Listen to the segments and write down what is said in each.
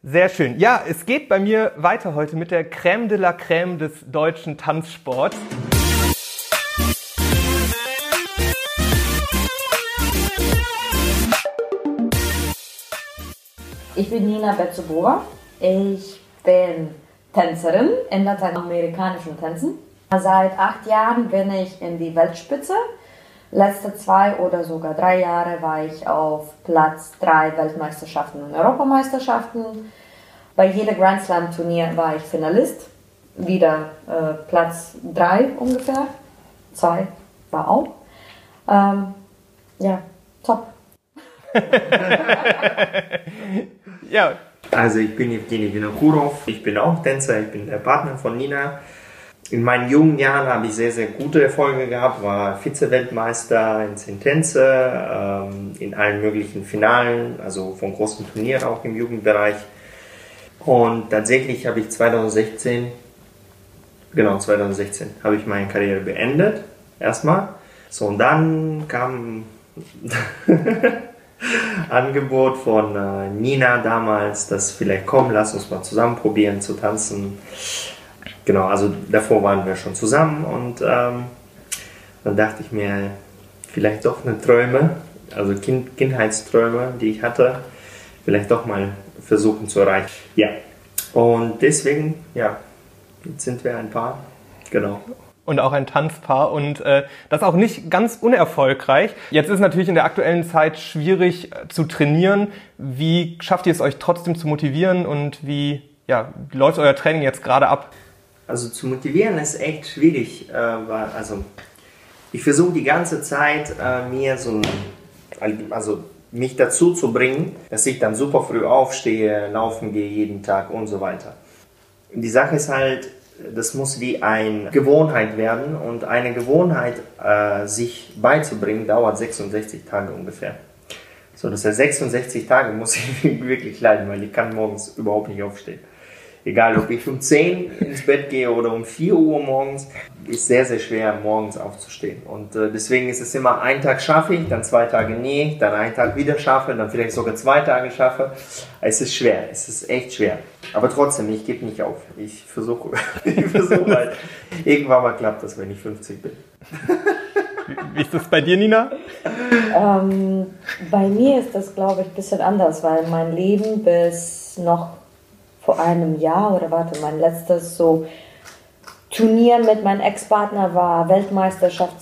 Sehr schön. Ja, es geht bei mir weiter heute mit der Crème de la Crème des deutschen Tanzsports. Ich bin Nina Betzubova. Ich bin Tänzerin in lateinamerikanischen Tänzen. Seit 8 Jahren bin ich in die Weltspitze. Letzte 2 oder sogar 3 Jahre war ich auf Platz 3 Weltmeisterschaften und Europameisterschaften. Bei jedem Grand Slam Turnier war ich Finalist. Wieder Platz 3 ungefähr. 2 war auch. Ja, top. Ja. Also ich bin Evgeny Vinokurov, ich bin auch Tänzer, ich bin der Partner von Nina. In meinen jungen Jahren habe ich sehr, sehr gute Erfolge gehabt, war Vize-Weltmeister in 10 Tänze, in allen möglichen Finalen, also von großen Turnieren auch im Jugendbereich. Und tatsächlich habe ich 2016 habe ich meine Karriere beendet, erstmal. So, und dann kam Angebot von Nina damals, dass vielleicht komm, lass uns mal zusammen probieren zu tanzen. Genau, also davor waren wir schon zusammen und dann dachte ich mir, vielleicht doch eine Träume, also Kindheitsträume, die ich hatte, vielleicht doch mal versuchen zu erreichen. Ja, und deswegen, ja, jetzt sind wir ein Paar, genau. Und auch ein Tanzpaar und das auch nicht ganz unerfolgreich. Jetzt ist natürlich in der aktuellen Zeit schwierig zu trainieren. Wie schafft ihr es euch trotzdem zu motivieren und wie läuft euer Training jetzt gerade ab? Also zu motivieren ist echt schwierig, weil ich versuche die ganze Zeit mich dazu zu bringen, dass ich dann super früh aufstehe, laufen gehe jeden Tag und so weiter. Die Sache ist halt, das muss wie eine Gewohnheit werden und eine Gewohnheit sich beizubringen dauert 66 Tage ungefähr. So, das heißt 66 Tage muss ich wirklich leiden, weil ich kann morgens überhaupt nicht aufstehen. Egal, ob ich um 10 ins Bett gehe oder um 4 Uhr morgens, ist sehr, sehr schwer, morgens aufzustehen. Und deswegen ist es immer, einen Tag schaffe ich, dann 2 Tage nie, dann einen Tag wieder schaffe, dann vielleicht sogar 2 Tage schaffe. Es ist schwer, es ist echt schwer. Aber trotzdem, ich gebe nicht auf. Ich versuche halt. Irgendwann mal klappt das, wenn ich 50 bin. Wie ist das bei dir, Nina? Bei mir ist das, glaube ich, ein bisschen anders, weil mein Leben bis noch vor einem Jahr mein letztes so Turnier mit meinem Ex-Partner war Weltmeisterschaft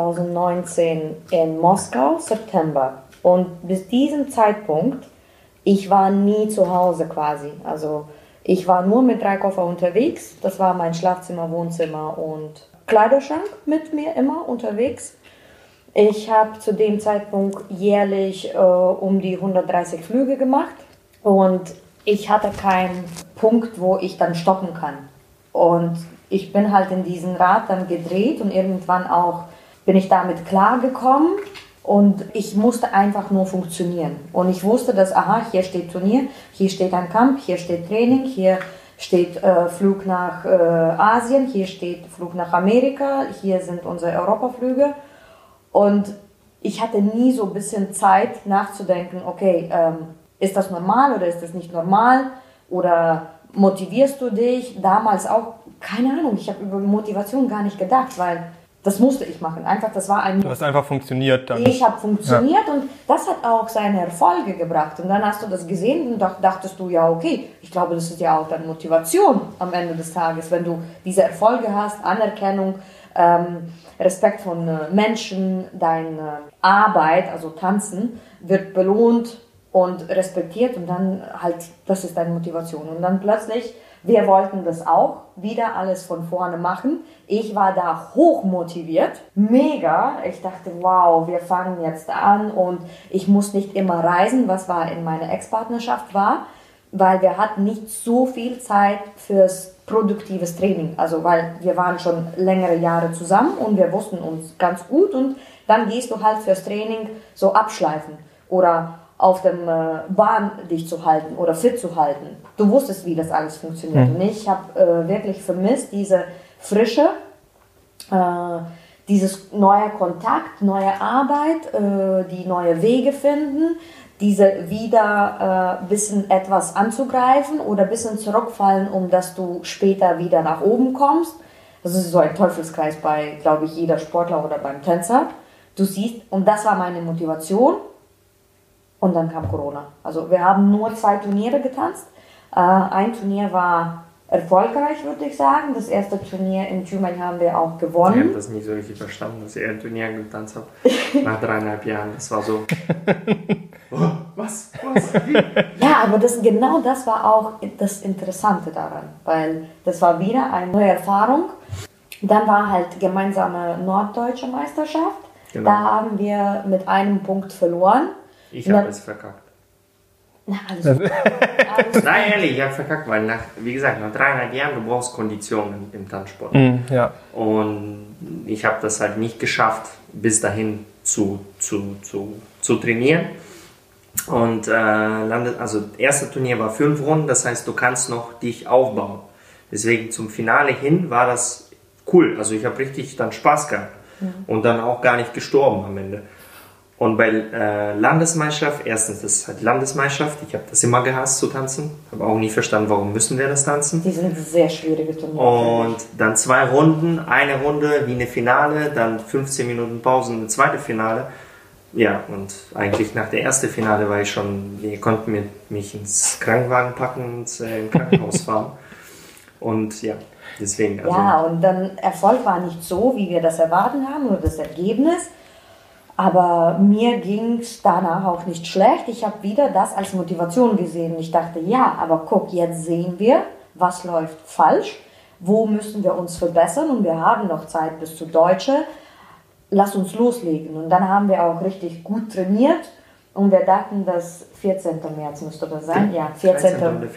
2019 in Moskau, September. Und bis diesem Zeitpunkt, ich war nie zu Hause quasi. Also ich war nur mit 3 Koffer unterwegs. Das war mein Schlafzimmer, Wohnzimmer und Kleiderschrank mit mir immer unterwegs. Ich habe zu dem Zeitpunkt jährlich um die 130 Flüge gemacht und ich hatte keinen Punkt, wo ich dann stoppen kann. Und ich bin halt in diesen Rad dann gedreht und irgendwann auch bin ich damit klargekommen und ich musste einfach nur funktionieren. Und ich wusste, dass, hier steht Turnier, hier steht ein Kampf, hier steht Training, hier steht Flug nach Asien, hier steht Flug nach Amerika, hier sind unsere Europaflüge. Und ich hatte nie so ein bisschen Zeit nachzudenken, okay, ist das normal oder ist das nicht normal? Oder motivierst du dich? Damals auch, keine Ahnung, ich habe über Motivation gar nicht gedacht, weil das musste ich machen. Du hast einfach funktioniert dann. Ich habe funktioniert und das hat auch seine Erfolge gebracht. Und dann hast du das gesehen und dachtest du, ja okay, ich glaube, das ist ja auch dann Motivation am Ende des Tages, wenn du diese Erfolge hast, Anerkennung, Respekt von Menschen, deine Arbeit, also Tanzen, wird belohnt und respektiert und dann halt, das ist deine Motivation. Und dann plötzlich, wir wollten das auch, wieder alles von vorne machen. Ich war da hoch motiviert, mega. Ich dachte, wow, wir fangen jetzt an und ich muss nicht immer reisen, was war in meiner Ex-Partnerschaft war, weil wir hatten nicht so viel Zeit fürs produktives Training. Also, weil wir waren schon längere Jahre zusammen und wir wussten uns ganz gut und dann gehst du halt fürs Training so abschleifen oder auf dem Bahn dich zu halten oder fit zu halten. Du wusstest, wie das alles funktioniert. Und ich habe wirklich vermisst diese Frische, dieses neue Kontakt, neue Arbeit, die neue Wege finden, diese wieder bisschen etwas anzugreifen oder ein bisschen zurückfallen, um dass du später wieder nach oben kommst. Das ist so ein Teufelskreis bei, glaube ich, jeder Sportler oder beim Tänzer. Du siehst, und das war meine Motivation. Und dann kam Corona. Also wir haben nur 2 Turniere getanzt. Ein Turnier war erfolgreich, würde ich sagen. Das erste Turnier in Tübingen haben wir auch gewonnen. Ich habe das nicht so richtig verstanden, dass ich ein Turnier getanzt habe. Nach 3,5 Jahren. Das war so... Oh, was? Wie? Ja, aber genau das war auch das Interessante daran. Weil das war wieder eine neue Erfahrung. Dann war halt gemeinsame norddeutsche Meisterschaft. Genau. Da haben wir mit einem Punkt verloren. Ich habe es verkackt. Na, alles gut. Nein, ehrlich, ich habe verkackt, weil wie gesagt, nach 3,5 Jahren, du brauchst Konditionen im Tanzsport. Ja. Und ich habe das halt nicht geschafft, bis dahin zu trainieren. Und also erste Turnier war 5 Runden, das heißt, du kannst noch dich aufbauen. Deswegen zum Finale hin war das cool. Also ich habe richtig dann Spaß gehabt und dann auch gar nicht gestorben am Ende. Und bei Landesmeisterschaft, erstens, das ist halt Landesmeisterschaft, ich habe das immer gehasst zu tanzen, habe auch nie verstanden, warum müssen wir das tanzen. Die sind sehr schwierige Turniere. Und dann 2 Runden, eine Runde wie eine Finale, dann 15 Minuten Pause und eine zweite Finale. Ja, und eigentlich nach der ersten Finale war ich schon, ihr konntet mich ins Krankenwagen packen und im Krankenhaus fahren. Und ja, deswegen. Also ja, und dann Erfolg war nicht so, wie wir das erwartet haben, nur das Ergebnis. Aber mir ging es danach auch nicht schlecht. Ich habe wieder das als Motivation gesehen. Ich dachte, ja, aber guck, jetzt sehen wir, was läuft falsch, wo müssen wir uns verbessern und wir haben noch Zeit bis zu Deutsche. Lass uns loslegen. Und dann haben wir auch richtig gut trainiert und wir dachten, dass 14. März müsste das sein. Ja, 14.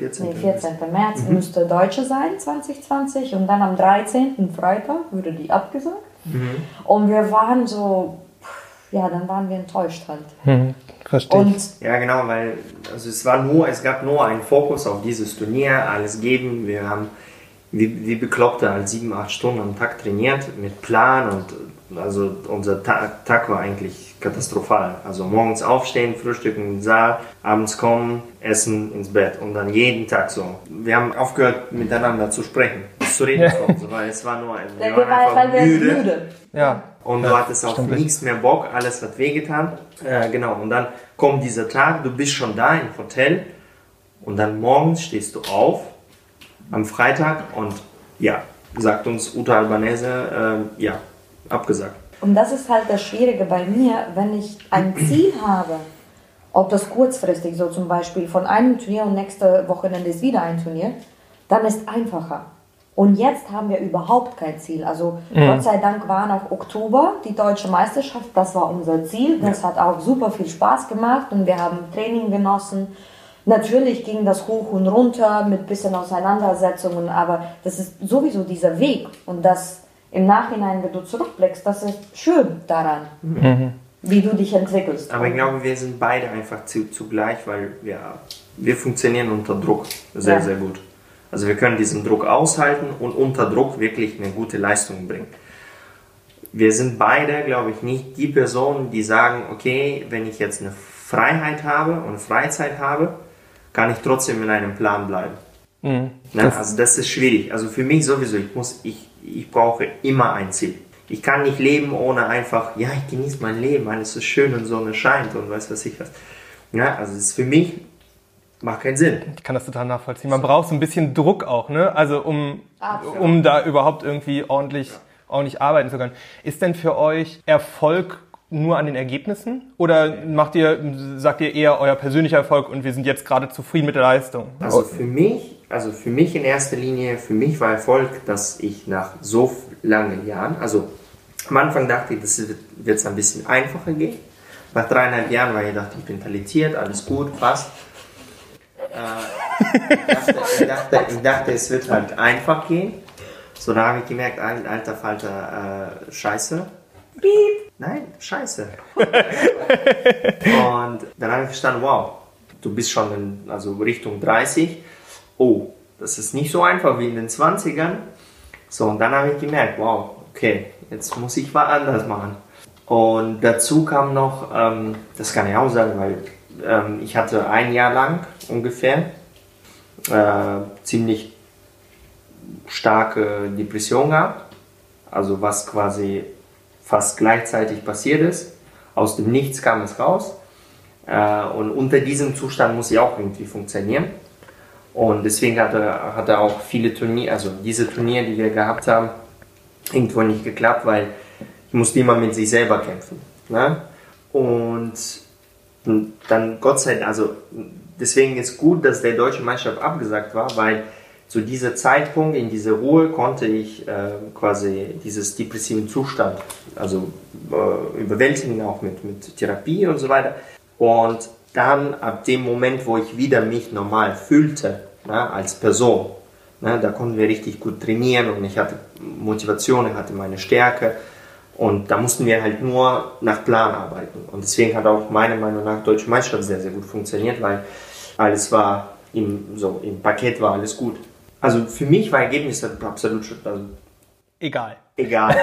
März müsste Deutsche sein, 2020. Und dann am 13. Freitag wurde die abgesagt. Und wir waren so... Ja, dann waren wir enttäuscht halt. Verstehe. Und ja, genau, weil also es gab nur einen Fokus auf dieses Turnier, alles geben. Wir haben wie Bekloppte halt 7-8 Stunden am Tag trainiert mit Plan und also unser Tag war eigentlich katastrophal. Also morgens aufstehen, frühstücken im Saal, abends kommen, essen, ins Bett und dann jeden Tag so. Wir haben aufgehört miteinander zu sprechen, zu reden, so, weil es war nur, wir waren einfach müde. Ja. Und du hattest auf nichts mehr Bock, alles hat wehgetan. Genau, und dann kommt dieser Tag, du bist schon da im Hotel und dann morgens stehst du auf am Freitag und ja, sagt uns Uta Albanese, ja, abgesagt. Und das ist halt das Schwierige bei mir, wenn ich ein Ziel habe, ob das kurzfristig, so zum Beispiel von einem Turnier und nächste Wochenende ist wieder ein Turnier, dann ist einfacher. Und jetzt haben wir überhaupt kein Ziel. Also Gott sei Dank war noch Oktober die deutsche Meisterschaft, das war unser Ziel. Das hat auch super viel Spaß gemacht und wir haben Training genossen. Natürlich ging das hoch und runter mit bisschen Auseinandersetzungen, aber das ist sowieso dieser Weg. Und das im Nachhinein, wenn du zurückblickst, das ist schön daran, wie du dich entwickelst. Aber ich glaube, wir sind beide einfach zugleich, weil wir funktionieren unter Druck sehr, sehr gut. Also wir können diesen Druck aushalten und unter Druck wirklich eine gute Leistung bringen. Wir sind beide, glaube ich, nicht die Personen, die sagen, okay, wenn ich jetzt eine Freiheit habe und eine Freizeit habe, kann ich trotzdem in einem Plan bleiben. Also das ist schwierig. Also für mich sowieso, ich brauche immer ein Ziel. Ich kann nicht leben ohne einfach, ja, ich genieße mein Leben, alles ist schön und Sonne scheint und weiß was ich was. Ja, also es ist für mich... Macht keinen Sinn. Ich kann das total nachvollziehen. Man braucht so ein bisschen Druck auch, ne? Also um da überhaupt irgendwie ordentlich arbeiten zu können. Ist denn für euch Erfolg nur an den Ergebnissen? Oder sagt ihr eher euer persönlicher Erfolg und wir sind jetzt gerade zufrieden mit der Leistung? Also für mich in erster Linie, für mich war Erfolg, dass ich nach so langen Jahren, also am Anfang dachte ich, das wird es ein bisschen einfacher gehen. Nach 3,5 Jahren, weil ich dachte, ich bin talentiert, alles gut, passt. Ich dachte, es wird halt einfach gehen. So, da habe ich gemerkt, alter Falter, scheiße. Piep. Nein, scheiße. Und dann habe ich verstanden, wow, du bist schon Richtung 30. Oh, das ist nicht so einfach wie in den 20ern. So, und dann habe ich gemerkt, wow, okay, jetzt muss ich was anders machen. Und dazu kam noch, das kann ich auch sagen, weil ich hatte ein Jahr lang ungefähr ziemlich starke Depression gehabt, also was quasi fast gleichzeitig passiert ist. Aus dem Nichts kam es raus und unter diesem Zustand muss ich auch irgendwie funktionieren. Und deswegen hat er auch viele Turniere, also diese Turniere, die wir gehabt haben, irgendwo nicht geklappt, weil ich musste immer mit sich selber kämpfen. Ne? Und dann Gott sei Dank, also deswegen ist gut, dass der Deutsche Meisterschaft abgesagt war, weil zu diesem Zeitpunkt, in dieser Ruhe, konnte ich quasi dieses depressiven Zustand, also überwältigen, auch mit Therapie und so weiter. Und dann, ab dem Moment, wo ich wieder mich normal fühlte, ne, als Person, ne, da konnten wir richtig gut trainieren und ich hatte Motivation, ich hatte meine Stärke und da mussten wir halt nur nach Plan arbeiten. Und deswegen hat auch meiner Meinung nach Deutsche Meisterschaft sehr, sehr gut funktioniert, weil alles war im Paket war alles gut. Also für mich war Ergebnis absolut egal. Egal.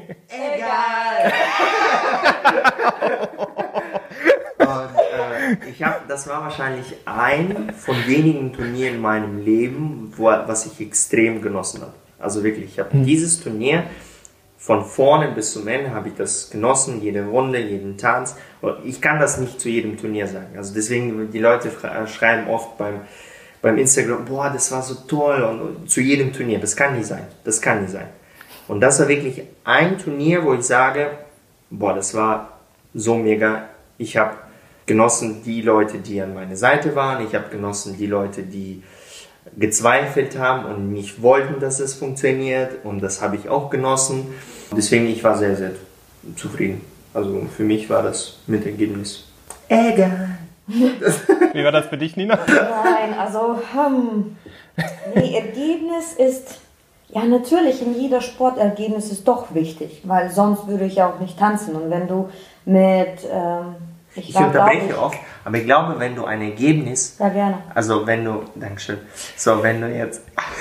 Und das war wahrscheinlich ein von wenigen Turnieren in meinem Leben, was ich extrem genossen habe. Also wirklich, ich habe dieses Turnier von vorne bis zum Ende habe ich das genossen, jede Runde, jeden Tanz. Und ich kann das nicht zu jedem Turnier sagen. Also deswegen, die Leute schreiben oft beim Instagram, boah, das war so toll und zu jedem Turnier. Das kann nicht sein. Das kann nicht sein. Und das war wirklich ein Turnier, wo ich sage, boah, das war so mega. Ich habe genossen die Leute, die an meiner Seite waren. Ich habe genossen die Leute, die gezweifelt haben und nicht wollten, dass es funktioniert. Und das habe ich auch genossen. Deswegen, ich war sehr, sehr zufrieden. Also für mich war das mit Ergebnis egal. Wie war das für dich, Nina? Nein, also nee, Ergebnis ist, ja natürlich, in jeder Sport Ergebnis ist doch wichtig, weil sonst würde ich ja auch nicht tanzen. Und wenn du mit... Ich unterbreche oft, aber ich glaube, wenn du ein Ergebnis... Ja, gerne. Also wenn du... Dankeschön. So, wenn du jetzt...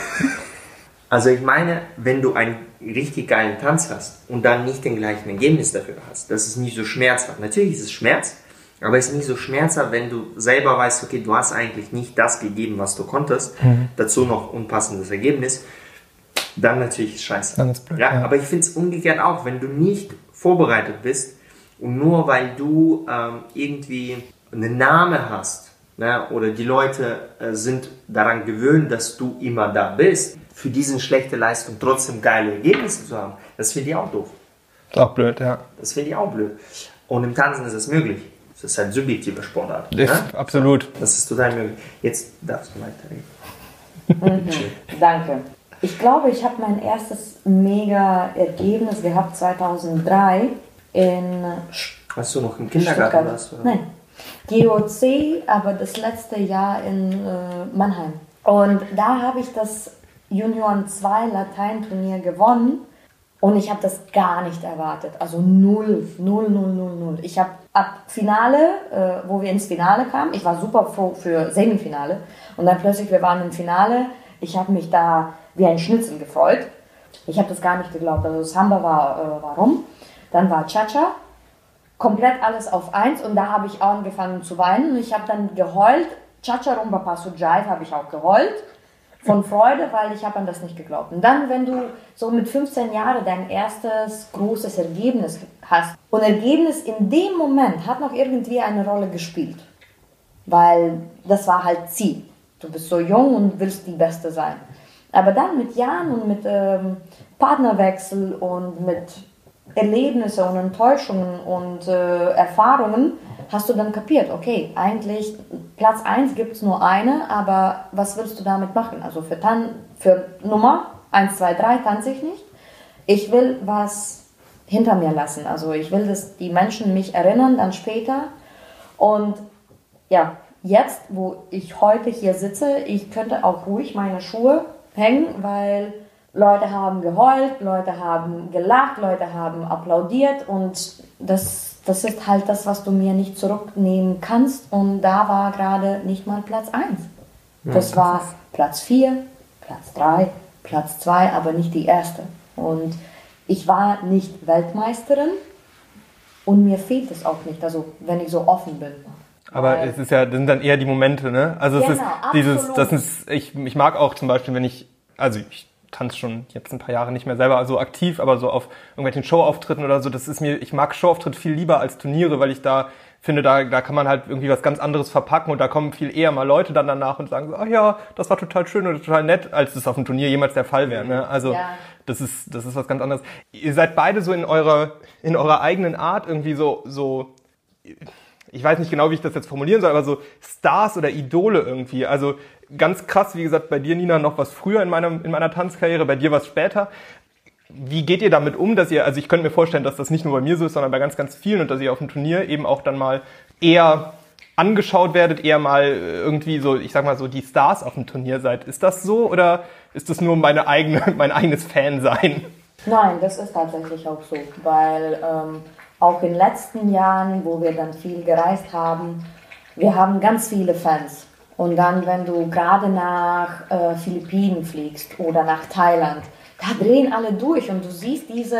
Also ich meine, wenn du einen richtig geilen Tanz hast und dann nicht den gleichen Ergebnis dafür hast, das ist nicht so schmerzhaft. Natürlich ist es Schmerz, aber es ist nicht so schmerzhaft, wenn du selber weißt, okay, du hast eigentlich nicht das gegeben, was du konntest, dazu noch unpassendes Ergebnis, dann natürlich ist scheiße. Dann ist blöd, ja. Aber ich finde es umgekehrt auch, wenn du nicht vorbereitet bist und nur weil du irgendwie einen Namen hast, ne, oder die Leute sind daran gewöhnt, dass du immer da bist, für diese schlechte Leistung trotzdem geile Ergebnisse zu haben, das finde ich auch doof. Ist auch blöd, ja. Das finde ich auch blöd. Und im Tanzen ist es möglich. Das ist halt subjektive Sportart. Ist, ne? Absolut. Das ist total möglich. Jetzt darfst du weiterreden. Danke. Ich glaube, ich habe mein erstes mega Ergebnis gehabt 2003 in Hast du noch im Kindergarten warst? Oder? Nein. GOC, aber das letzte Jahr in Mannheim. Und da habe ich das Junioren 2 Lateinturnier gewonnen und ich habe das gar nicht erwartet. Also null. Ich habe ab Finale, wo wir ins Finale kamen, ich war super froh für Semifinale und dann plötzlich, wir waren im Finale, ich habe mich da wie ein Schnitzel gefreut. Ich habe das gar nicht geglaubt. Also Samba war rum, dann war Cha-Cha, komplett alles auf 1 und da habe ich auch angefangen zu weinen und ich habe dann geheult. Cha-Cha Rumba Paso Jive habe ich auch geheult von Freude, weil ich habe an das nicht geglaubt. Und dann, wenn du so mit 15 Jahren dein erstes großes Ergebnis hast und Ergebnis in dem Moment hat noch irgendwie eine Rolle gespielt, weil das war halt Ziel. Du bist so jung und willst die Beste sein. Aber dann mit Jahren und mit Partnerwechsel und mit Erlebnisse und Enttäuschungen und Erfahrungen hast du dann kapiert, okay, eigentlich Platz 1 gibt es nur eine, aber was willst du damit machen? Also für Nummer 1, 2, 3 tanze ich nicht. Ich will was hinter mir lassen. Also ich will, dass die Menschen mich erinnern, dann später. Und ja, jetzt, wo ich heute hier sitze, ich könnte auch ruhig meine Schuhe hängen, weil Leute haben geheult, Leute haben gelacht, Leute haben applaudiert und das ist halt das, was du mir nicht zurücknehmen kannst und da war gerade nicht mal Platz 1. Das war Platz 4, Platz 3, Platz 2, aber nicht die erste. Und ich war nicht Weltmeisterin und mir fehlt es auch nicht, also wenn ich so offen bin. Aber es ist ja, das sind dann eher die Momente, ne? Also es ist ich mag auch zum Beispiel, wenn ich tanze schon jetzt ein paar Jahre nicht mehr selber so aktiv, aber so auf irgendwelchen Showauftritten oder so, ich mag Showauftritte viel lieber als Turniere, weil ich da finde, da kann man halt irgendwie was ganz anderes verpacken und da kommen viel eher mal Leute dann danach und sagen so, ach ja, das war total schön oder total nett, als das auf dem Turnier jemals der Fall wäre, ne? Also das ist was ganz anderes. Ihr seid beide so in eurer eigenen Art irgendwie so ich weiß nicht genau, wie ich das jetzt formulieren soll, aber so Stars oder Idole irgendwie. Also ganz krass, wie gesagt, bei dir, Nina, noch was früher in meiner Tanzkarriere, bei dir was später. Wie geht ihr damit um, dass ihr, also ich könnte mir vorstellen, dass das nicht nur bei mir so ist, sondern bei ganz, ganz vielen und dass ihr auf dem Turnier eben auch dann mal eher angeschaut werdet, eher mal irgendwie so, ich sag mal so, die Stars auf dem Turnier seid. Ist das so oder ist das nur mein eigenes Fansein? Nein, das ist tatsächlich auch so, weil auch in den letzten Jahren, wo wir dann viel gereist haben, wir haben ganz viele Fans. Und dann, wenn du gerade nach Philippinen fliegst oder nach Thailand, da drehen alle durch und du siehst diese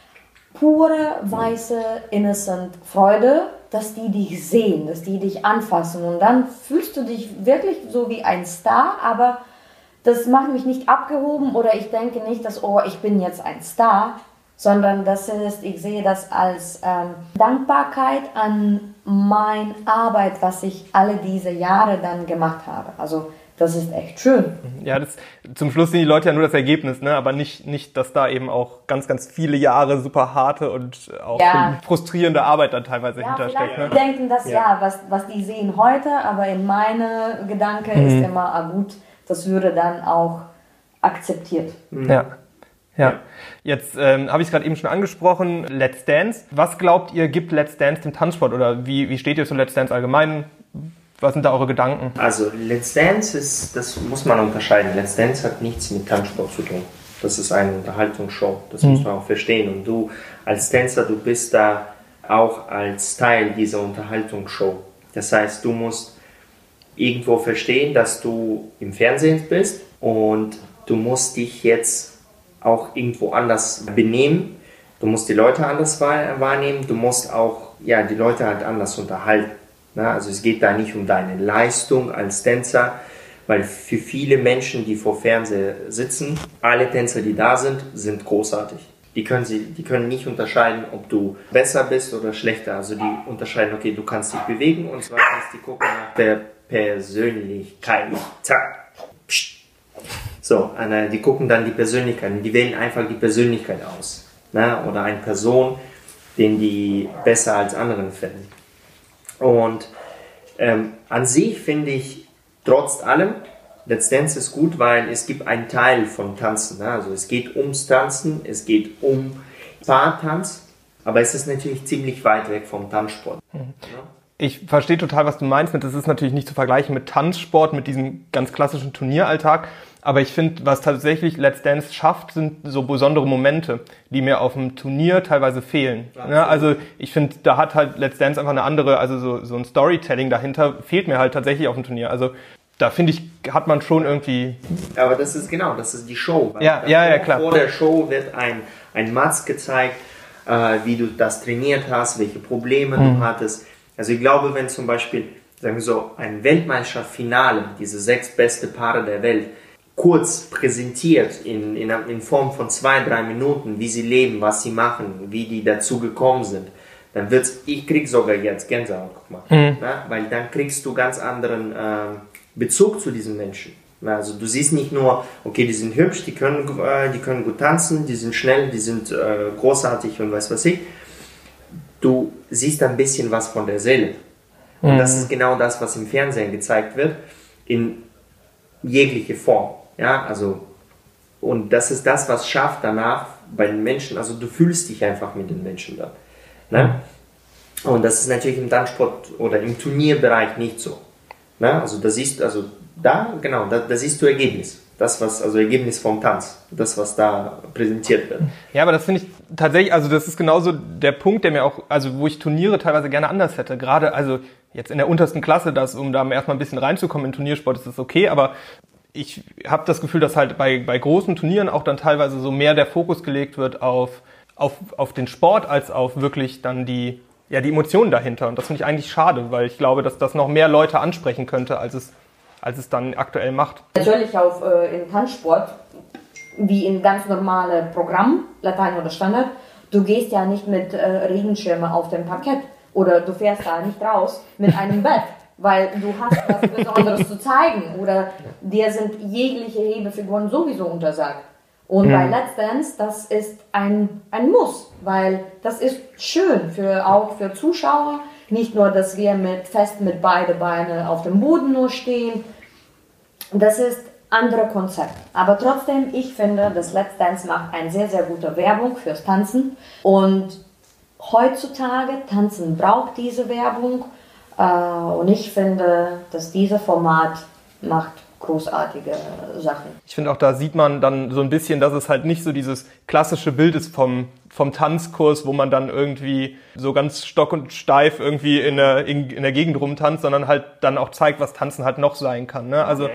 pure, weiße, innocent Freude, dass die dich sehen, dass die dich anfassen. Und dann fühlst du dich wirklich so wie ein Star, aber das macht mich nicht abgehoben oder ich denke nicht, dass, ich bin jetzt ein Star, sondern ich sehe das als Dankbarkeit an meine Arbeit, was ich alle diese Jahre dann gemacht habe. Also das ist echt schön. Ja, zum Schluss sind die Leute ja nur das Ergebnis, ne? Aber nicht, dass da eben auch ganz, ganz viele Jahre super harte und auch frustrierende Arbeit dann teilweise hintersteckt. Ne? Die denken das was die sehen heute, aber in meine Gedanke ist immer, gut, das würde dann auch akzeptiert. Ja. Jetzt habe ich es gerade eben schon angesprochen, Let's Dance. Was glaubt ihr, gibt Let's Dance dem Tanzsport oder wie steht ihr zu Let's Dance allgemein? Was sind da eure Gedanken? Also Let's Dance das muss man unterscheiden. Let's Dance hat nichts mit Tanzsport zu tun. Das ist eine Unterhaltungsshow, das muss man auch verstehen. Und du als Tänzer, du bist da auch als Teil dieser Unterhaltungsshow. Das heißt, du musst irgendwo verstehen, dass du im Fernsehen bist und du musst dich jetzt auch irgendwo anders benehmen. Du musst die Leute anders wahrnehmen, du musst auch die Leute halt anders unterhalten. Na, also es geht da nicht um deine Leistung als Tänzer, weil für viele Menschen, die vor Fernseher sitzen, alle Tänzer, die da sind großartig. Die können nicht unterscheiden, ob du besser bist oder schlechter. Also die unterscheiden, okay, du kannst dich bewegen und zweitens, die gucken nach der Persönlichkeit. Zack. Psst. So, die gucken dann die Persönlichkeit und die wählen einfach die Persönlichkeit aus. Na? Oder eine Person, den die besser als anderen finden. Und an sich finde ich trotz allem, Let's Dance ist gut, weil es gibt einen Teil von Tanzen. Ne? Also es geht ums Tanzen, es geht um Paartanz, aber es ist natürlich ziemlich weit weg vom Tanzsport. Ja? Ich verstehe total, was du meinst. Das ist natürlich nicht zu vergleichen mit Tanzsport, mit diesem ganz klassischen Turnieralltag. Aber ich finde, was tatsächlich Let's Dance schafft, sind so besondere Momente, die mir auf dem Turnier teilweise fehlen. Ja, also ich finde, da hat halt Let's Dance einfach eine andere, also so ein Storytelling dahinter fehlt mir halt tatsächlich auf dem Turnier. Also da finde ich, hat man schon irgendwie... Aber das ist die Show. Ja, klar. Vor der Show wird ein Matz gezeigt, wie du das trainiert hast, welche Probleme du hattest. Also ich glaube, wenn zum Beispiel, sagen wir so, ein Weltmeisterschaftsfinale, diese 6 beste Paare der Welt, kurz präsentiert in Form von 2-3 Minuten, wie sie leben, was sie machen, wie die dazu gekommen sind, dann ich krieg sogar jetzt Gänsehaut, guck mal, na? Weil dann kriegst du ganz anderen Bezug zu diesen Menschen. Na, also du siehst nicht nur, okay, die sind hübsch, die können gut tanzen, die sind schnell, die sind großartig und was ich. Du siehst ein bisschen was von der Seele. Und das ist genau das, was im Fernsehen gezeigt wird, in jegliche Form. Ja, also, und das ist das, was schafft danach bei den Menschen, also du fühlst dich einfach mit den Menschen dann. Ne? Und das ist natürlich im Tanzsport oder im Turnierbereich nicht so. Ne? Also da siehst du Ergebnis. Ergebnis vom Tanz. Das, was da präsentiert wird. Ja, aber das finde ich tatsächlich, also das ist genauso der Punkt, der mir auch, also wo ich Turniere teilweise gerne anders hätte. Gerade, also jetzt in der untersten Klasse, um da erstmal ein bisschen reinzukommen in Turniersport, ist das okay, aber ich habe das Gefühl, dass halt bei großen Turnieren auch dann teilweise so mehr der Fokus gelegt wird auf den Sport, als auf wirklich dann die ja, die Emotionen dahinter. Und das finde ich eigentlich schade, weil ich glaube, dass das noch mehr Leute ansprechen könnte, als es dann aktuell macht. Natürlich auch im Tanzsport, wie in ganz normale Programm, Latein oder Standard, du gehst ja nicht mit Regenschirme auf dem Parkett oder du fährst da nicht raus mit einem Bett, weil du hast was Besonderes zu zeigen oder dir sind jegliche Hebefiguren sowieso untersagt. Und bei Let's Dance, das ist ein Muss, weil das ist schön auch für Zuschauer. Nicht nur, dass wir fest mit beide Beine auf dem Boden nur stehen. Das ist ein anderes Konzept. Aber trotzdem, ich finde, das Let's Dance macht eine sehr, sehr gute Werbung fürs Tanzen. Und heutzutage, Tanzen braucht diese Werbung. Und ich finde, dass dieses Format macht großartige Sachen. Ich finde auch, da sieht man dann so ein bisschen, dass es halt nicht so dieses klassische Bild ist vom Tanzkurs, wo man dann irgendwie so ganz stock und steif irgendwie in der Gegend rumtanzt, sondern halt dann auch zeigt, was Tanzen halt noch sein kann. Ne? Also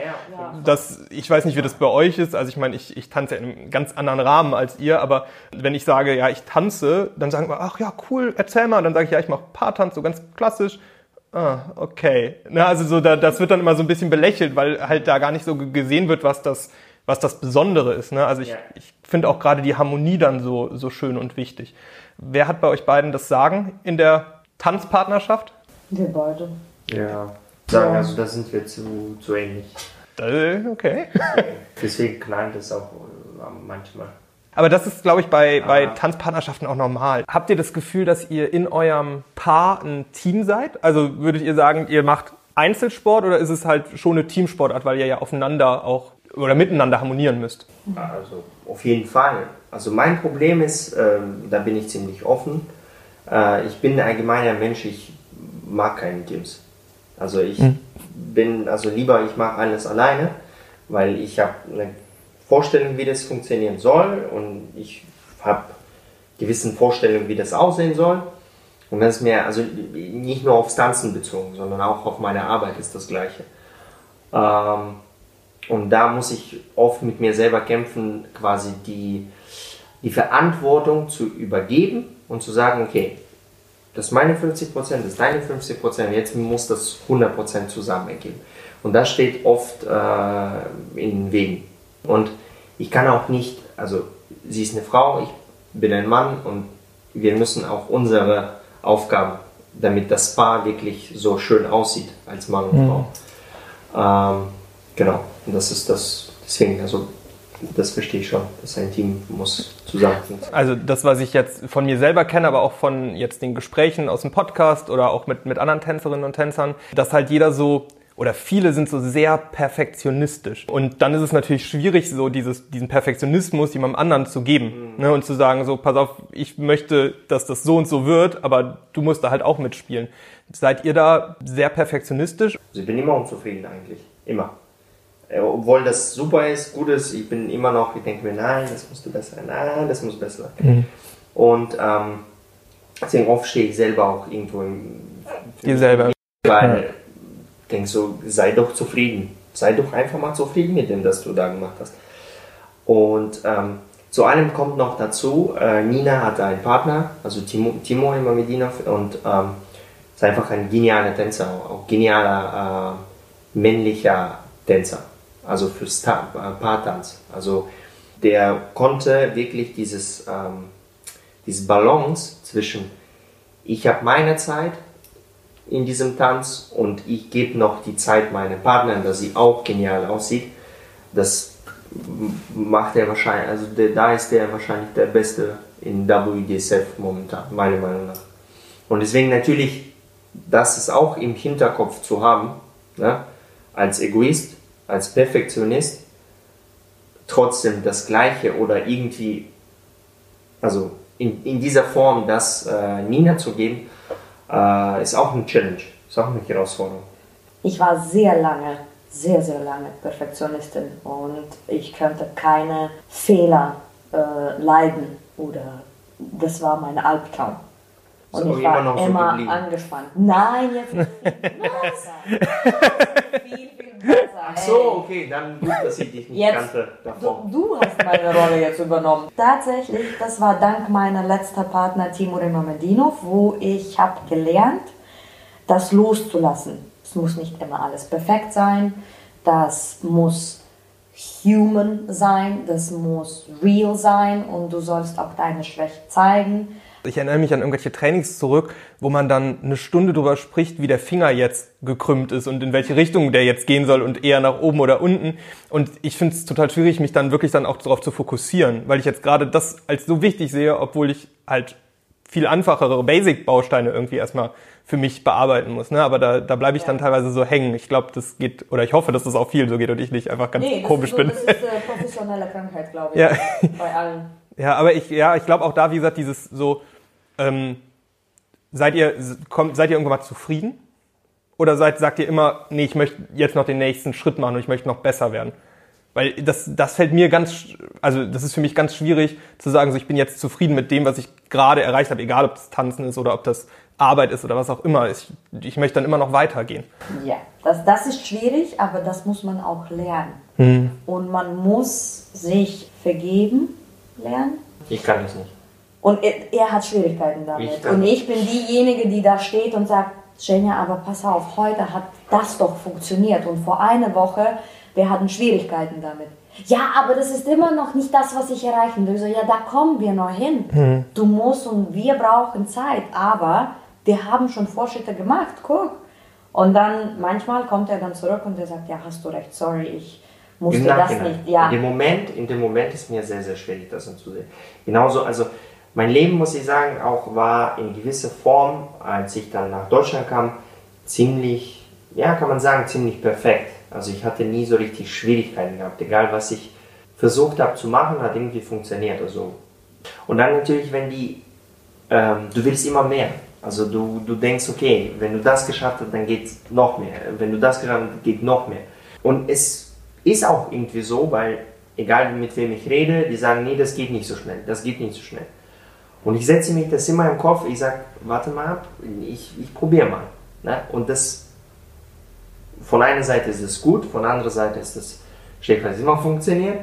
ich weiß nicht, wie das bei euch ist. Also ich meine, ich tanze ja in einem ganz anderen Rahmen als ihr, aber wenn ich sage, ja, ich tanze, dann sagen wir, ach ja, cool, erzähl mal. Und dann sage ich, ja, ich mache Paartanz, so ganz klassisch. Ah, okay. Na, also so, das wird dann immer so ein bisschen belächelt, weil halt da gar nicht so gesehen wird, was das Besondere ist. Ne? Also ich finde auch gerade die Harmonie dann so schön und wichtig. Wer hat bei euch beiden das Sagen in der Tanzpartnerschaft? Wir beide. Ja, sagen, also da sind wir zu ähnlich. Okay. Deswegen knallt es auch manchmal. Aber das ist, glaube ich, bei Tanzpartnerschaften auch normal. Habt ihr das Gefühl, dass ihr in eurem Paar ein Team seid? Also würdet ihr sagen, ihr macht Einzelsport oder ist es halt schon eine Teamsportart, weil ihr ja aufeinander auch oder miteinander harmonieren müsst? Also auf jeden Fall. Also mein Problem ist, da bin ich ziemlich offen. Ich bin ein allgemeiner Mensch, ich mag keine Teams. Also ich ich mache alles alleine, weil ich habe eine Vorstellung, wie das funktionieren soll und ich habe gewissen Vorstellungen, wie das aussehen soll. Und das ist mir also nicht nur aufs Tanzen bezogen, sondern auch auf meine Arbeit ist das Gleiche. Und da muss ich oft mit mir selber kämpfen, quasi die Verantwortung zu übergeben und zu sagen, okay, das ist meine 50%, das ist deine 50%, jetzt muss das 100% zusammen ergeben. Und das steht oft in den Wegen. Und ich kann auch nicht, also sie ist eine Frau, ich bin ein Mann und wir müssen auch unsere Aufgaben, damit das Paar wirklich so schön aussieht als Mann und Frau. Genau, und das ist das, deswegen, also das verstehe ich schon, dass ein Team muss zusammen funktionieren. Also das, was ich jetzt von mir selber kenne, aber auch von jetzt den Gesprächen aus dem Podcast oder auch mit anderen Tänzerinnen und Tänzern, dass halt jeder so, oder viele sind so sehr perfektionistisch. Und dann ist es natürlich schwierig, so diesen Perfektionismus jemandem anderen zu geben. Ne? Und zu sagen, so, pass auf, ich möchte, dass das so und so wird, aber du musst da halt auch mitspielen. Seid ihr da sehr perfektionistisch? Also ich bin immer unzufrieden eigentlich. Immer. Obwohl das super ist, gut ist, ich denke mir, nein, das musst du besser, nein, das muss besser. Und deswegen oft stehe ich selber auch irgendwo Dir selber. Weil ich denke so, sei doch zufrieden. Sei doch einfach mal zufrieden mit dem, das du da gemacht hast. Und zu allem kommt noch dazu, Nina hatte einen Partner, also Timo Imamedinov, und ist einfach ein genialer Tänzer, auch genialer männlicher Tänzer, also fürs Paartanz. Also der konnte wirklich diese Balance zwischen ich habe meine Zeit in diesem Tanz und ich gebe noch die Zeit meiner Partnerin, dass sie auch genial aussieht. Das macht er wahrscheinlich, also da ist er wahrscheinlich der Beste in WDSF momentan, meiner Meinung nach. Und deswegen natürlich, das ist auch im Hinterkopf zu haben, ne? Als Egoist, als Perfektionist, trotzdem das Gleiche oder irgendwie, also in dieser Form das Nina zu geben, ist auch eine Challenge, ist auch eine Herausforderung. Ich war sehr lange Perfektionistin und ich könnte keine Fehler leiden oder das war mein Albtraum. Und ich war immer angespannt. Nein, jetzt nicht viel besser. Viel besser. Ach so, okay, dann gut, dass ich dich nicht jetzt, kannte davor. Du hast meine Rolle jetzt übernommen. Tatsächlich, das war dank meiner letzten Partner Timur Imamedinov, wo ich habe gelernt, das loszulassen. Es muss nicht immer alles perfekt sein. Das muss human sein, das muss real sein und du sollst auch deine Schwäche zeigen. Ich erinnere mich an irgendwelche Trainings zurück, wo man dann eine Stunde drüber spricht, wie der Finger jetzt gekrümmt ist und in welche Richtung der jetzt gehen soll und eher nach oben oder unten. Und ich finde es total schwierig, mich dann wirklich dann auch darauf zu fokussieren, weil ich jetzt gerade das als so wichtig sehe, obwohl ich halt viel einfachere Basic-Bausteine irgendwie erstmal für mich bearbeiten muss. Ne? Aber da bleibe ich dann teilweise so hängen. Ich glaube, das geht, oder ich hoffe, dass das auch viel so geht und ich nicht einfach ganz komisch bin. Das ist professionelle Krankheit, glaube ich, ja. bei allen. Ja, aber ich glaube auch da, wie gesagt, dieses so, seid ihr irgendwann mal zufrieden? Oder sagt ihr immer, nee, ich möchte jetzt noch den nächsten Schritt machen und ich möchte noch besser werden? Weil das fällt mir das ist für mich ganz schwierig zu sagen, so ich bin jetzt zufrieden mit dem, was ich gerade erreicht habe, egal ob das Tanzen ist oder ob das Arbeit ist oder was auch immer. Ich möchte dann immer noch weitergehen. Ja, das ist schwierig, aber das muss man auch lernen. Und man muss sich vergeben lernen. Ich kann das nicht. Und er hat Schwierigkeiten damit. Und ich bin diejenige, die da steht und sagt, Zhenja, aber pass auf, heute hat das doch funktioniert. Und vor einer Woche, wir hatten Schwierigkeiten damit. Ja, aber das ist immer noch nicht das, was ich erreichen will. So, ja, da kommen wir noch hin. Du musst und wir brauchen Zeit. Aber wir haben schon Fortschritte gemacht, guck. Und dann, manchmal kommt er dann zurück und er sagt, ja, hast du recht, sorry, ich musste das nicht. Ja. In dem Moment ist mir sehr, sehr schwierig, das anzusehen. Genauso, also mein Leben, muss ich sagen, auch war in gewisser Form, als ich dann nach Deutschland kam, ziemlich, ja, kann man sagen, ziemlich perfekt. Also ich hatte nie so richtig Schwierigkeiten gehabt. Egal, was ich versucht habe zu machen, hat irgendwie funktioniert. Also. Und dann natürlich, wenn du willst immer mehr. Also du denkst, okay, wenn du das geschafft hast, dann geht noch mehr. Wenn du das geschafft hast, geht noch mehr. Und es ist auch irgendwie so, weil egal mit wem ich rede, die sagen, nee, das geht nicht so schnell, das geht nicht so schnell. Und ich setze mich das immer im Kopf, ich sage, warte mal ab, ich probiere mal. Ne? Und das, von einer Seite ist es gut, von der anderen Seite ist es schlecht, weil es immer funktioniert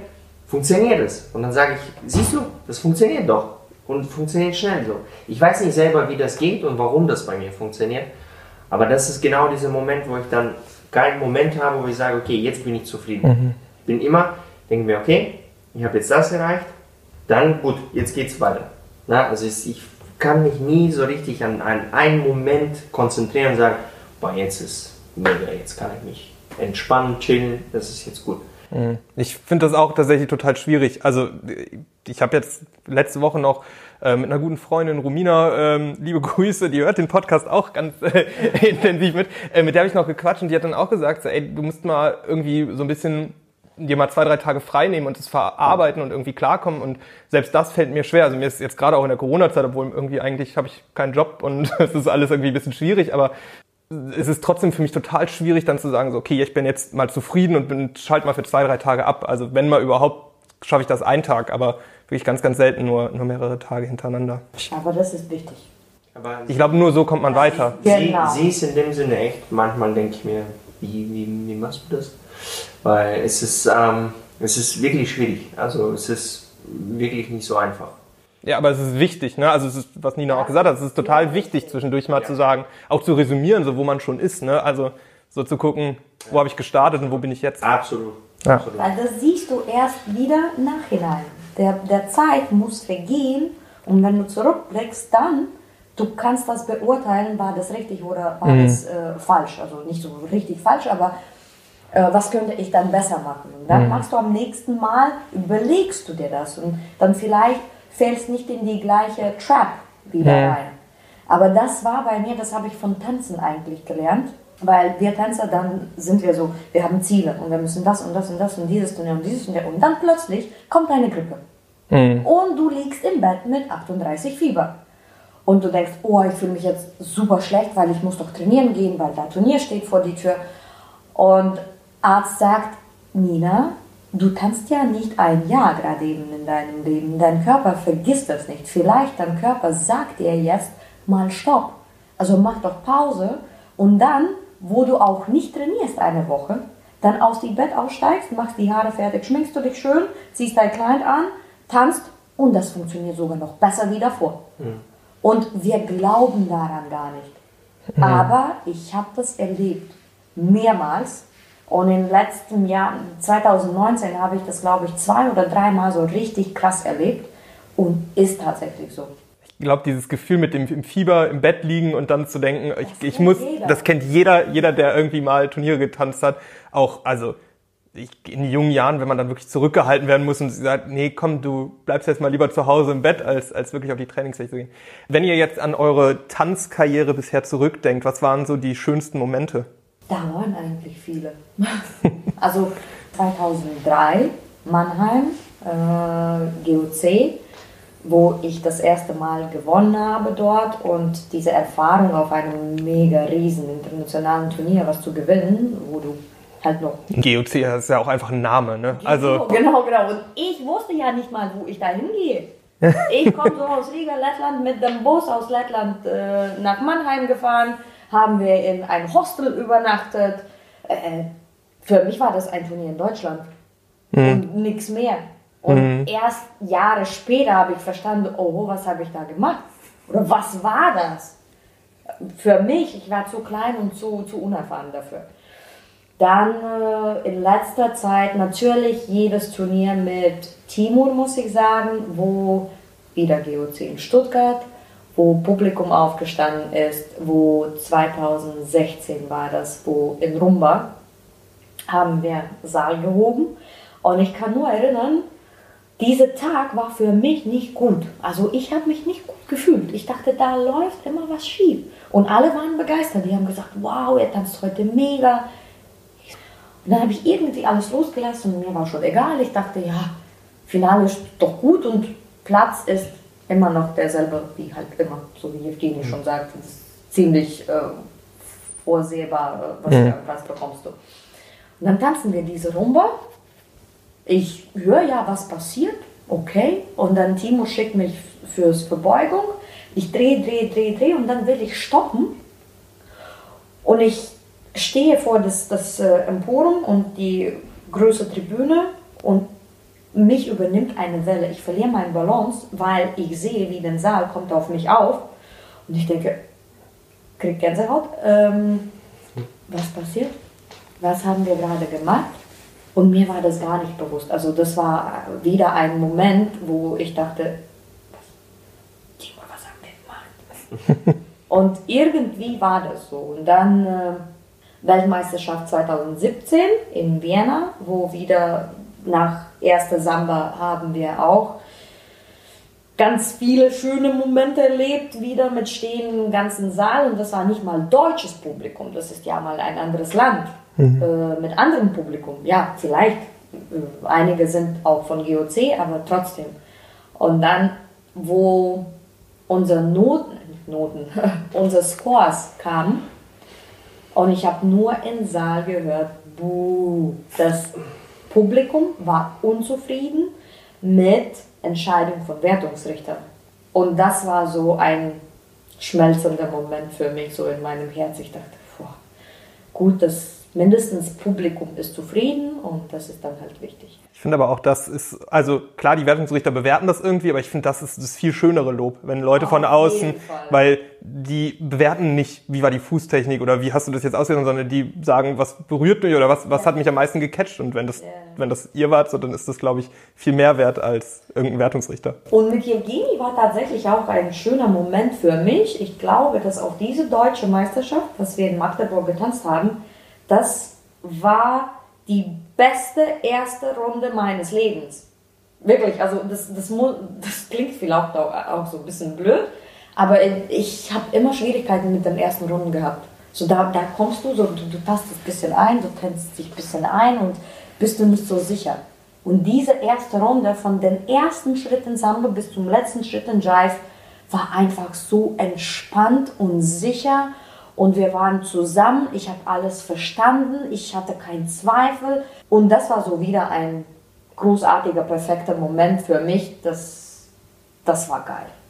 es. Und dann sage ich, siehst du, das funktioniert doch. Und funktioniert schnell so. Ich weiß nicht selber, wie das geht und warum das bei mir funktioniert, aber das ist genau dieser Moment, wo ich dann keinen Moment habe, wo ich sage, okay, jetzt bin ich zufrieden. Ich bin immer, denke mir, okay, ich habe jetzt das erreicht, dann gut, jetzt geht's weiter. Na, also ich kann mich nie so richtig an einen Moment konzentrieren und sagen, boah, jetzt ist mega, jetzt kann ich mich entspannen, chillen, das ist jetzt gut. Ich finde das auch tatsächlich total schwierig. Also ich habe jetzt letzte Woche noch mit einer guten Freundin, Romina, liebe Grüße, die hört den Podcast auch ganz intensiv mit der habe ich noch gequatscht und die hat dann auch gesagt, so, ey, du musst mal irgendwie so ein bisschen dir mal 2-3 Tage frei nehmen und das verarbeiten und irgendwie klarkommen und selbst das fällt mir schwer. Also mir ist jetzt gerade auch in der Corona-Zeit, obwohl irgendwie eigentlich habe ich keinen Job und es ist alles irgendwie ein bisschen schwierig, aber es ist trotzdem für mich total schwierig dann zu sagen, so okay, ich bin jetzt mal zufrieden und schalte mal für 2-3 Tage ab. Also wenn mal überhaupt, schaffe ich das einen Tag, aber wirklich ganz, ganz selten nur mehrere Tage hintereinander. Aber das ist wichtig. Aber ich glaube, nur so kommt man weiter. Genau. Sie ist in dem Sinne echt, manchmal denke ich mir, wie machst du das? Weil es ist wirklich schwierig. Also es ist wirklich nicht so einfach. Ja, aber es ist wichtig, ne? Also es ist, was Nina auch gesagt hat, es ist total wichtig, zwischendurch mal zu sagen, auch zu resümieren, so wo man schon ist, ne? Also so zu gucken, wo habe ich gestartet und wo bin ich jetzt. Absolut. Ja. Absolut. Weil das siehst du erst wieder im Nachhinein. Der Zeit muss vergehen und wenn du zurückblickst, dann du kannst das beurteilen, war das richtig oder war das falsch. Also nicht so richtig falsch, aber was könnte ich dann besser machen? Und dann machst du am nächsten Mal, überlegst du dir das und dann vielleicht fällst nicht in die gleiche Trap wieder rein. Aber das war bei mir, das habe ich von Tanzen eigentlich gelernt, weil wir Tänzer, dann sind wir so, wir haben Ziele und wir müssen das und das und das und dieses Turnier und dieses Turnier und dann plötzlich kommt eine Grippe. Und du liegst im Bett mit 38 Fieber. Und du denkst, oh, ich fühle mich jetzt super schlecht, weil ich muss doch trainieren gehen, weil da Turnier steht vor die Tür. Und Arzt sagt, Nina, du tanzt ja nicht ein Jahr gerade eben in deinem Leben. Dein Körper vergisst das nicht. Vielleicht dein Körper sagt dir jetzt, mal Stopp. Also mach doch Pause und dann, wo du auch nicht trainierst eine Woche, dann aus dem Bett aussteigst, machst die Haare fertig, schminkst du dich schön, ziehst dein Kleid an, tanzt und das funktioniert sogar noch besser wie davor. Und wir glauben daran gar nicht. Aber ich habe das erlebt, mehrmals. Und im letzten Jahr, 2019, habe ich das, glaube ich, 2 oder 3 Mal so richtig krass erlebt. Und ist tatsächlich so. Ich glaube, dieses Gefühl mit dem im Fieber im Bett liegen und dann zu denken, das kennt jeder, der irgendwie mal Turniere getanzt hat. Auch, also in jungen Jahren, wenn man dann wirklich zurückgehalten werden muss und sagt, nee, komm, du bleibst jetzt mal lieber zu Hause im Bett, als wirklich auf die Trainingsfläche zu gehen. Wenn ihr jetzt an eure Tanzkarriere bisher zurückdenkt, was waren so die schönsten Momente? Da waren eigentlich viele. Also 2003, Mannheim, GOC, wo ich das erste Mal gewonnen habe dort und diese Erfahrung auf einem mega riesen internationalen Turnier was zu gewinnen, wo du halt noch... GOC ist ja auch einfach ein Name, ne? Genau. Und ich wusste ja nicht mal, wo ich da hingehe. Ich komme so aus Riga, Lettland, mit dem Bus aus Lettland nach Mannheim gefahren, haben wir in ein Hostel übernachtet. Für mich war das ein Turnier in Deutschland und nichts mehr. Und erst Jahre später habe ich verstanden, oh, was habe ich da gemacht? Oder was war das? Für mich, ich war zu klein und zu unerfahren dafür. Dann in letzter Zeit natürlich jedes Turnier mit Timur, muss ich sagen, wo wieder GOC in Stuttgart, wo Publikum aufgestanden ist, wo 2016 war das, wo in Rumba haben wir Saal gehoben. Und ich kann nur erinnern, dieser Tag war für mich nicht gut. Also ich habe mich nicht gut gefühlt. Ich dachte, da läuft immer was schief. Und alle waren begeistert. Die haben gesagt, wow, er tanzt heute mega. Und dann habe ich irgendwie alles losgelassen und mir war schon egal. Ich dachte, ja, Finale ist doch gut und Platz ist immer noch derselbe wie halt immer. So wie Evgeny schon sagt, das ist ziemlich vorsehbar, was bekommst du. Und dann tanzen wir diese Rumba. Ich höre ja, was passiert. Okay. Und dann Timo schickt mich fürs Verbeugung. Ich drehe und dann will ich stoppen. Und ich stehe vor das Emporium und die große Tribüne und mich übernimmt eine Welle. Ich verliere meine Balance, weil ich sehe, wie der Saal kommt auf mich auf. Und ich denke, krieg Gänsehaut. Was passiert? Was haben wir gerade gemacht? Und mir war das gar nicht bewusst. Also das war wieder ein Moment, wo ich dachte, Timo, was haben wir gemacht? Und irgendwie war das so. Und dann Weltmeisterschaft 2017 in Vienna, wo wieder nach erster Samba haben wir auch ganz viele schöne Momente erlebt, wieder mit stehendem ganzen Saal. Und das war nicht mal deutsches Publikum, das ist ja mal ein anderes Land. Mit anderem Publikum, ja, vielleicht. Einige sind auch von GOC, aber trotzdem. Und dann, wo unsere unsere Scores kamen, und ich habe nur im Saal gehört, buh. Das Publikum war unzufrieden mit Entscheidung von Wertungsrichtern. Und das war so ein schmelzender Moment für mich, so in meinem Herz. Ich dachte, gut, das mindestens Publikum ist zufrieden und das ist dann halt wichtig. Ich finde aber auch, das ist, also klar, die Wertungsrichter bewerten das irgendwie, aber ich finde, das ist das viel schönere Lob, wenn Leute von außen, weil die bewerten nicht, wie war die Fußtechnik oder wie hast du das jetzt ausgeführt, sondern die sagen, was berührt mich oder was hat mich am meisten gecatcht, und wenn das ihr wart, so, dann ist das, glaube ich, viel mehr wert als irgendein Wertungsrichter. Und mit Evgeny war tatsächlich auch ein schöner Moment für mich. Ich glaube, dass auch diese deutsche Meisterschaft, was wir in Magdeburg getanzt haben, das war die beste erste Runde meines Lebens. Wirklich, also das klingt vielleicht auch so ein bisschen blöd, aber ich habe immer Schwierigkeiten mit den ersten Runden gehabt. So da kommst du, so, du tastest ein bisschen ein, du tänzt dich ein bisschen ein und bist du nicht so sicher. Und diese erste Runde von den ersten Schritten Samba bis zum letzten Schritt in Jive war einfach so entspannt und sicher. Und wir waren zusammen, ich habe alles verstanden, ich hatte keinen Zweifel. Und das war so wieder ein großartiger, perfekter Moment für mich. Das war geil.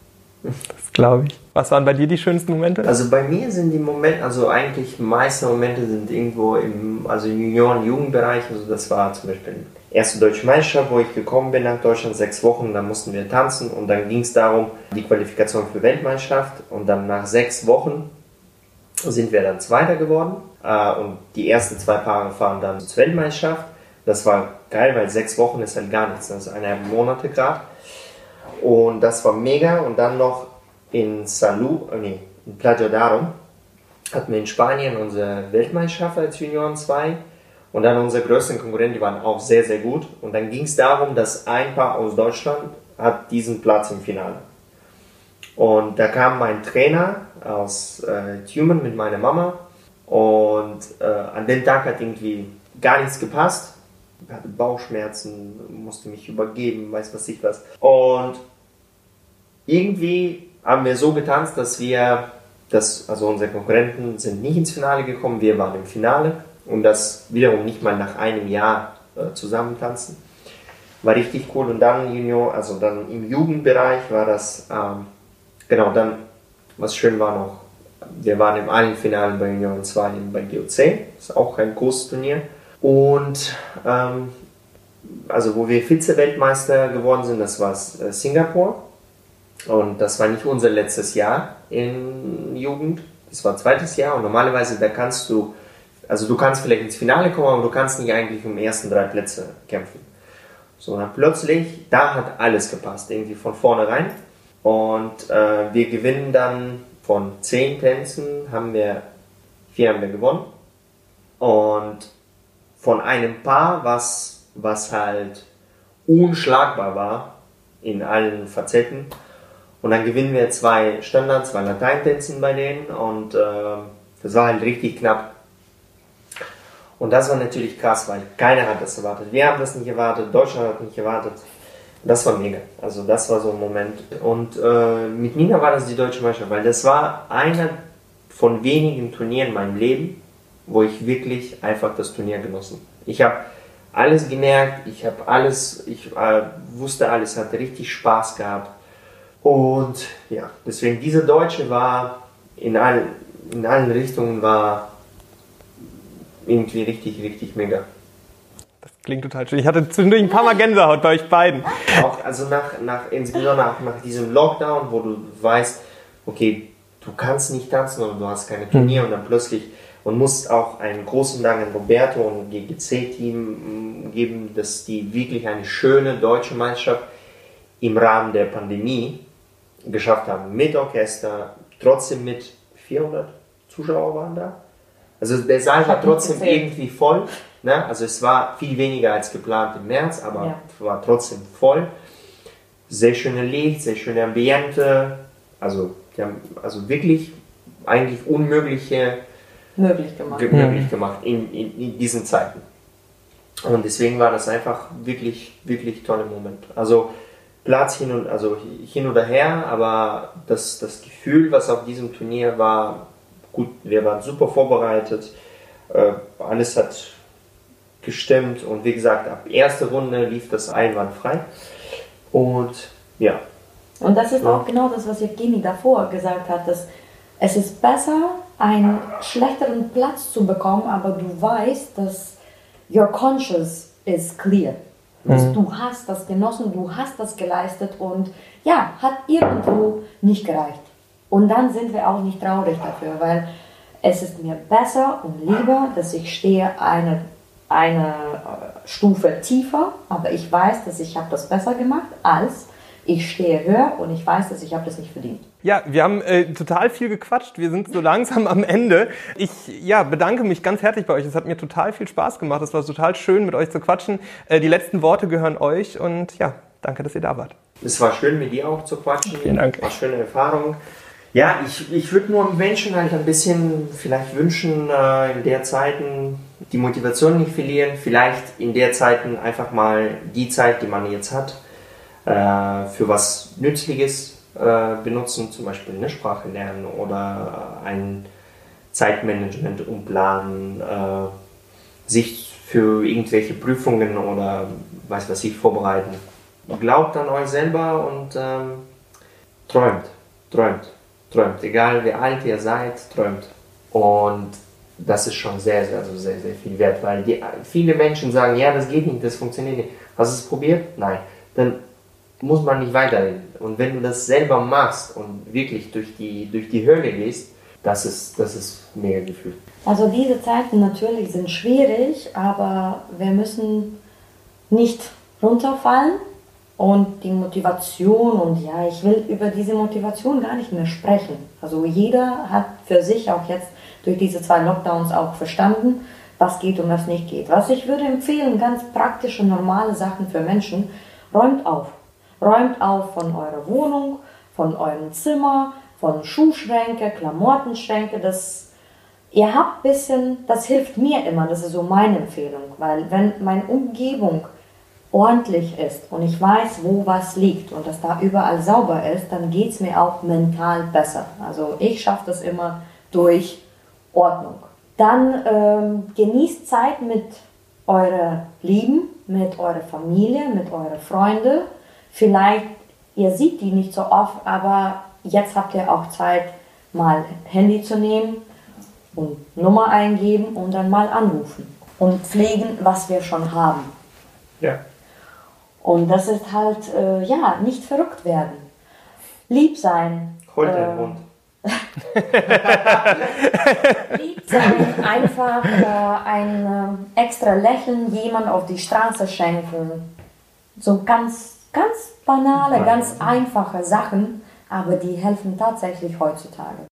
Das glaube ich. Was waren bei dir die schönsten Momente? Also bei mir sind die Momente, also eigentlich die meisten Momente sind irgendwo im Junioren- und Jugendbereich. Also das war zum Beispiel die erste Deutsche Meisterschaft, wo ich gekommen bin nach Deutschland, 6 Wochen, dann mussten wir tanzen und dann ging es darum, die Qualifikation für Weltmeisterschaft und dann nach 6 Wochen sind wir dann Zweiter geworden und die ersten 2 Paare fahren dann zur Weltmeisterschaft. Das war geil, weil 6 Wochen ist halt gar nichts, das ist 1,5 Monate gerade und das war mega und dann noch in Playa d'Aro hatten wir in Spanien unsere Weltmeisterschaft als Junioren 2 und dann unsere größten Konkurrenten, die waren auch sehr, sehr gut und dann ging es darum, dass ein Paar aus Deutschland hat diesen Platz im Finale. Und da kam mein Trainer aus Tumen mit meiner Mama und an dem Tag hat irgendwie gar nichts gepasst. Ich hatte Bauchschmerzen, musste mich übergeben, weiß was ich was. Und irgendwie haben wir so getanzt, also unsere Konkurrenten sind nicht ins Finale gekommen, wir waren im Finale und das wiederum nicht mal nach einem Jahr zusammen tanzen. War richtig cool und dann dann im Jugendbereich war das, dann, was schön war noch, wir waren im Hallenfinale bei Junioren 2 bei GOC, das ist auch ein großes Turnier und wo wir Vize-Weltmeister geworden sind, das war Singapur. Und das war nicht unser letztes Jahr in Jugend, das war 2. Jahr und normalerweise du kannst vielleicht ins Finale kommen, aber du kannst nicht eigentlich um die ersten 3 Plätze kämpfen. So, dann plötzlich, da hat alles gepasst, irgendwie von vornherein und wir gewinnen dann von 10 Tänzen, 4 haben wir gewonnen und von einem Paar, was halt unschlagbar war in allen Facetten. Und dann gewinnen wir 2 Standard, 2 Lateintänzen bei denen und das war halt richtig knapp. Und das war natürlich krass, weil keiner hat das erwartet. Wir haben das nicht erwartet, Deutschland hat nicht erwartet. Das war mega. Also das war so ein Moment. Und mit Nina war das die Deutsche Meisterschaft, weil das war einer von wenigen Turnieren in meinem Leben, wo ich wirklich einfach das Turnier genossen. Ich habe alles gemerkt, ich wusste alles, hatte richtig Spaß gehabt. Und ja, deswegen diese Deutsche war in allen Richtungen war irgendwie richtig, richtig mega. Das klingt total schön. Ich hatte zwischendurch ein paar Mal Gänsehaut bei euch beiden. Auch also insbesondere nach diesem Lockdown, wo du weißt, okay, du kannst nicht tanzen oder du hast keine Turnier und dann plötzlich und musst auch einen großen Dank an Roberto und GGC-Team geben, dass die wirklich eine schöne deutsche Meisterschaft im Rahmen der Pandemie geschafft haben. Mit Orchester, trotzdem mit 400 Zuschauer waren da. Also der Saal war trotzdem irgendwie voll. Ne? Also es war viel weniger als geplant im März, aber war trotzdem voll. Sehr schöne Licht, sehr schöne Ambiente. Also die haben wirklich eigentlich Unmögliche möglich gemacht in diesen Zeiten. Und deswegen war das einfach wirklich, wirklich toller Moment. Also Platz hin oder her, aber das Gefühl, was auf diesem Turnier war, gut, wir waren super vorbereitet, alles hat gestimmt und wie gesagt, ab erster Runde lief das einwandfrei und ja. Und das ist auch genau das, was Evgeny davor gesagt hat, dass es ist besser, einen schlechteren Platz zu bekommen, aber du weißt, dass your conscience is clear. Dass du hast das genossen, du hast das geleistet und ja, hat irgendwo nicht gereicht. Und dann sind wir auch nicht traurig dafür, weil es ist mir besser und lieber, dass ich stehe eine Stufe tiefer, aber ich weiß, dass ich habe das besser gemacht, als ich stehe höher und ich weiß, dass ich habe das nicht verdient. Ja, wir haben total viel gequatscht. Wir sind so langsam am Ende. Ich bedanke mich ganz herzlich bei euch. Es hat mir total viel Spaß gemacht. Es war total schön, mit euch zu quatschen. Die letzten Worte gehören euch und ja, danke, dass ihr da wart. Es war schön, mit dir auch zu quatschen. Vielen Dank. War eine schöne Erfahrung. Ja, ich würde nur Menschen halt ein bisschen vielleicht wünschen, in der Zeiten die Motivation nicht verlieren. Vielleicht in der Zeiten einfach mal die Zeit, die man jetzt hat, für was Nützliches benutzen, zum Beispiel eine Sprache lernen oder ein Zeitmanagement umplanen, sich für irgendwelche Prüfungen oder weiß was ich vorbereiten. Glaubt an euch selber und träumt. Träumt. Träumt. Egal wie alt ihr seid, träumt. Und das ist schon sehr, sehr, also sehr, sehr viel wert, weil viele Menschen sagen, ja, das geht nicht, das funktioniert nicht. Hast du es probiert? Nein. Dann muss man nicht weiterreden. Und wenn du das selber machst und wirklich durch die Hölle gehst, das ist ein mega Gefühl. Also diese Zeiten natürlich sind schwierig, aber wir müssen nicht runterfallen und die Motivation und ja, ich will über diese Motivation gar nicht mehr sprechen. Also jeder hat für sich auch jetzt durch diese 2 Lockdowns auch verstanden, was geht und was nicht geht. Was ich würde empfehlen, ganz praktische, normale Sachen für Menschen, räumt auf. Räumt auf von eurer Wohnung, von eurem Zimmer, von Schuhschränke, Klamottenschränke, ihr habt ein bisschen, das hilft mir immer, das ist so meine Empfehlung, weil wenn meine Umgebung ordentlich ist und ich weiß, wo was liegt und dass da überall sauber ist, dann geht es mir auch mental besser. Also ich schaffe das immer durch Ordnung. Dann genießt Zeit mit eurer Lieben, mit eurer Familie, mit euren Freunden. Vielleicht, ihr seht die nicht so oft, aber jetzt habt ihr auch Zeit, mal Handy zu nehmen und Nummer eingeben und dann mal anrufen und pflegen, was wir schon haben. Ja. Und das ist halt, nicht verrückt werden. Lieb sein. Hol den Hund. Lieb sein, einfach ein extra Lächeln jemand auf die Straße schenken. So ganz, ganz banale, ganz einfache Sachen, aber die helfen tatsächlich heutzutage.